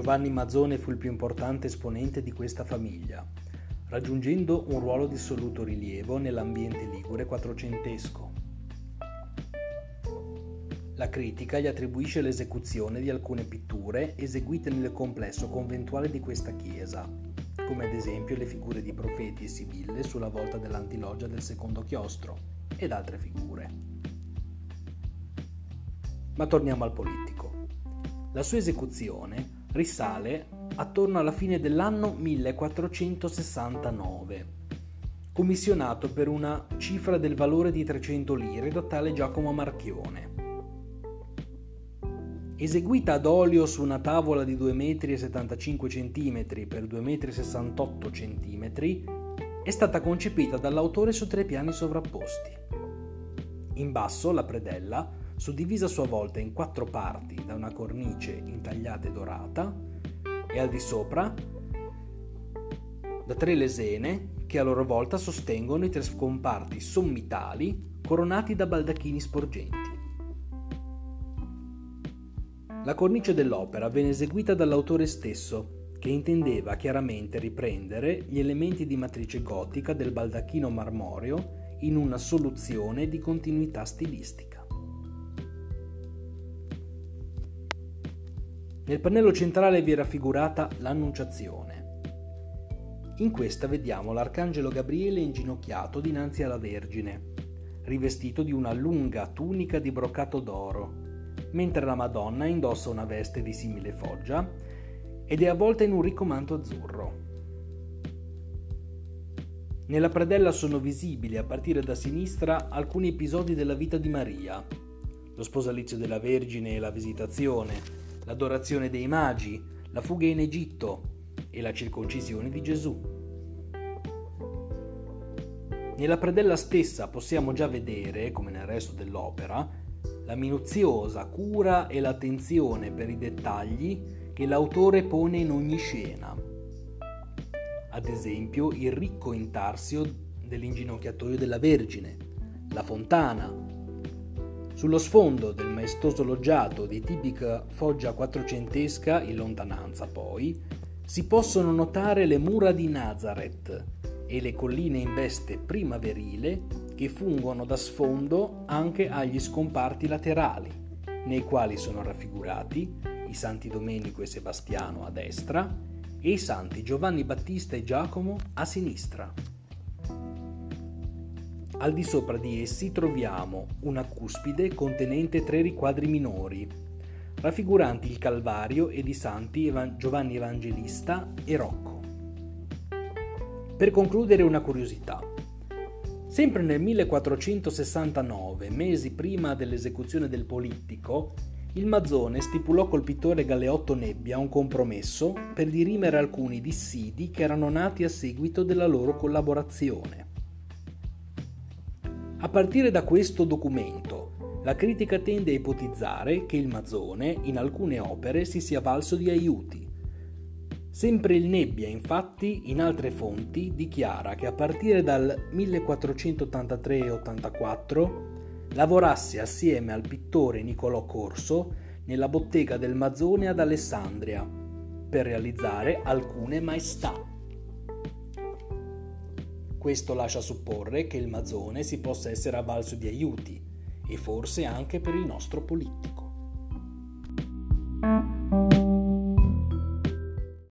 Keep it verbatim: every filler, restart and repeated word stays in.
Giovanni Mazzone fu il più importante esponente di questa famiglia, raggiungendo un ruolo di assoluto rilievo nell'ambiente ligure quattrocentesco. La critica gli attribuisce l'esecuzione di alcune pitture eseguite nel complesso conventuale di questa chiesa, come ad esempio le figure di profeti e sibille sulla volta dell'antiloggia del secondo chiostro, ed altre figure. Ma torniamo al politico. La sua esecuzione risale attorno alla fine dell'anno millequattrocentosessantanove, commissionato per una cifra del valore di trecento lire da tale Giacomo Marchione. Eseguita ad olio su una tavola di due metri e settantacinque centimetri per due metri e sessantotto centimetri, è stata concepita dall'autore su tre piani sovrapposti. In basso la predella, suddivisa a sua volta in quattro parti da una cornice intagliata e dorata, e al di sopra da tre lesene che a loro volta sostengono i tre scomparti sommitali coronati da baldacchini sporgenti. La cornice dell'opera venne eseguita dall'autore stesso, che intendeva chiaramente riprendere gli elementi di matrice gotica del baldacchino marmoreo in una soluzione di continuità stilistica. Nel pannello centrale vi è raffigurata l'Annunciazione. In questa vediamo l'Arcangelo Gabriele inginocchiato dinanzi alla Vergine, rivestito di una lunga tunica di broccato d'oro, mentre la Madonna indossa una veste di simile foggia ed è avvolta in un ricco manto azzurro. Nella predella sono visibili, a partire da sinistra, alcuni episodi della vita di Maria: lo sposalizio della Vergine e la Visitazione, l'adorazione dei magi, la fuga in Egitto e la circoncisione di Gesù. Nella predella stessa possiamo già vedere, come nel resto dell'opera, la minuziosa cura e l'attenzione per i dettagli che l'autore pone in ogni scena. Ad esempio, il ricco intarsio dell'inginocchiatoio della Vergine, la fontana. Sullo sfondo del maestoso loggiato di tipica foggia quattrocentesca in lontananza, poi, si possono notare le mura di Nazareth e le colline in veste primaverile che fungono da sfondo anche agli scomparti laterali, nei quali sono raffigurati i santi Domenico e Sebastiano a destra e i santi Giovanni Battista e Giacomo a sinistra. Al di sopra di essi troviamo una cuspide contenente tre riquadri minori, raffiguranti il Calvario ed i santi Evan- Giovanni Evangelista e Rocco. Per concludere, una curiosità. Sempre nel millequattrocentosessantanove, mesi prima dell'esecuzione del Polittico, il Mazzone stipulò col pittore Galeotto Nebbia un compromesso per dirimere alcuni dissidi che erano nati a seguito della loro collaborazione. A partire da questo documento, la critica tende a ipotizzare che il Mazzone in alcune opere si sia valso di aiuti. Sempre il Nebbia, infatti, in altre fonti dichiara che a partire dal millequattrocentottantatré ottantaquattro lavorasse assieme al pittore Nicolò Corso nella bottega del Mazzone ad Alessandria per realizzare alcune maestà. Questo lascia supporre che il Mazzone si possa essere avvalso di aiuti, e forse anche per il nostro Polittico.